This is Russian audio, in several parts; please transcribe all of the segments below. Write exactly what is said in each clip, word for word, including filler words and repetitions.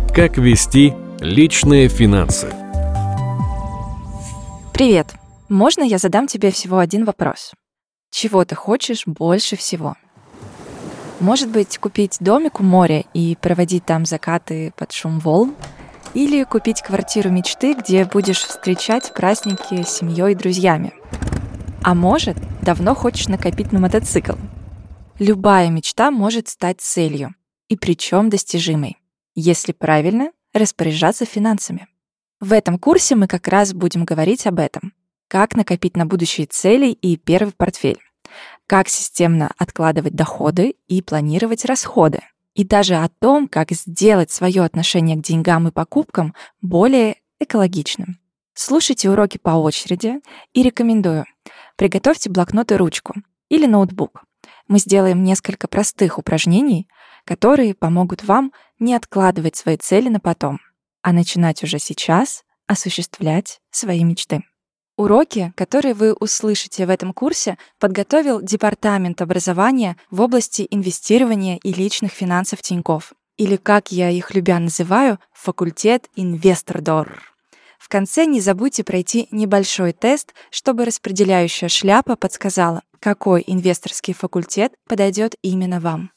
Как вести личные финансы? Привет! Можно я задам тебе всего один вопрос? Чего ты хочешь больше всего? Может быть, купить домик у моря и проводить там закаты под шум волн? Или купить квартиру мечты, где будешь встречать праздники с семьей и друзьями? А может, давно хочешь накопить на мотоцикл? Любая мечта может стать целью, и причем достижимой, если правильно распоряжаться финансами. В этом курсе мы как раз будем говорить об этом. Как накопить на будущие цели и первый портфель. Как системно откладывать доходы и планировать расходы. И даже о том, как сделать свое отношение к деньгам и покупкам более экологичным. Слушайте уроки по очереди и рекомендую. Приготовьте блокнот и ручку или ноутбук. Мы сделаем несколько простых упражнений, которые помогут вам не откладывать свои цели на потом, а начинать уже сейчас осуществлять свои мечты. Уроки, которые вы услышите в этом курсе, подготовил Департамент образования в области инвестирования и личных финансов Тинькофф, или, как я их любя называю, факультет Инвестордор. В конце не забудьте пройти небольшой тест, чтобы распределяющая шляпа подсказала, какой инвесторский факультет подойдет именно вам.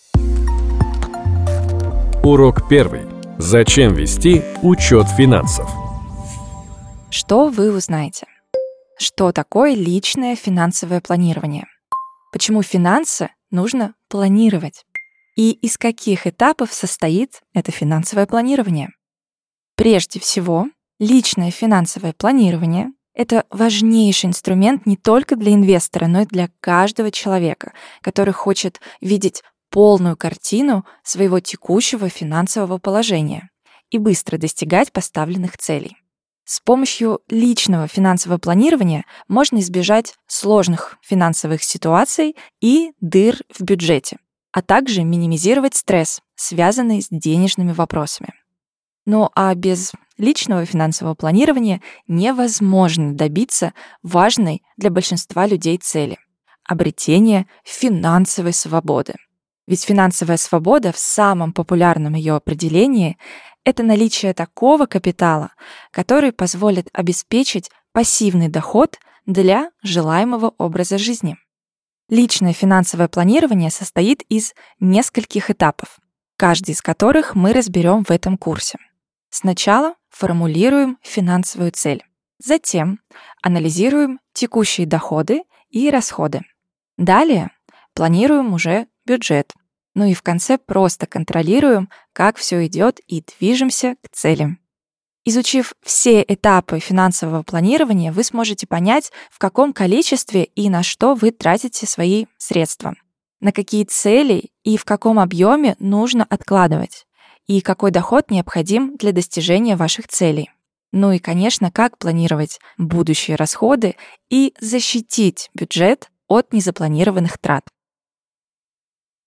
Урок первый. Зачем вести учет финансов? Что вы узнаете? Что такое личное финансовое планирование? Почему финансы нужно планировать? И из каких этапов состоит это финансовое планирование? Прежде всего, личное финансовое планирование — это важнейший инструмент не только для инвестора, но и для каждого человека, который хочет видеть полную картину своего текущего финансового положения и быстро достигать поставленных целей. С помощью личного финансового планирования можно избежать сложных финансовых ситуаций и дыр в бюджете, а также минимизировать стресс, связанный с денежными вопросами. Ну а без личного финансового планирования невозможно добиться важной для большинства людей цели — обретения финансовой свободы. Ведь финансовая свобода в самом популярном ее определении — это наличие такого капитала, который позволит обеспечить пассивный доход для желаемого образа жизни. Личное финансовое планирование состоит из нескольких этапов, каждый из которых мы разберем в этом курсе. Сначала формулируем финансовую цель, затем анализируем текущие доходы и расходы. Далее планируем уже бюджет. Ну и в конце просто контролируем, как все идет, и движемся к цели. Изучив все этапы финансового планирования, вы сможете понять, в каком количестве и на что вы тратите свои средства, на какие цели и в каком объеме нужно откладывать, и какой доход необходим для достижения ваших целей. Ну и, конечно, как планировать будущие расходы и защитить бюджет от незапланированных трат.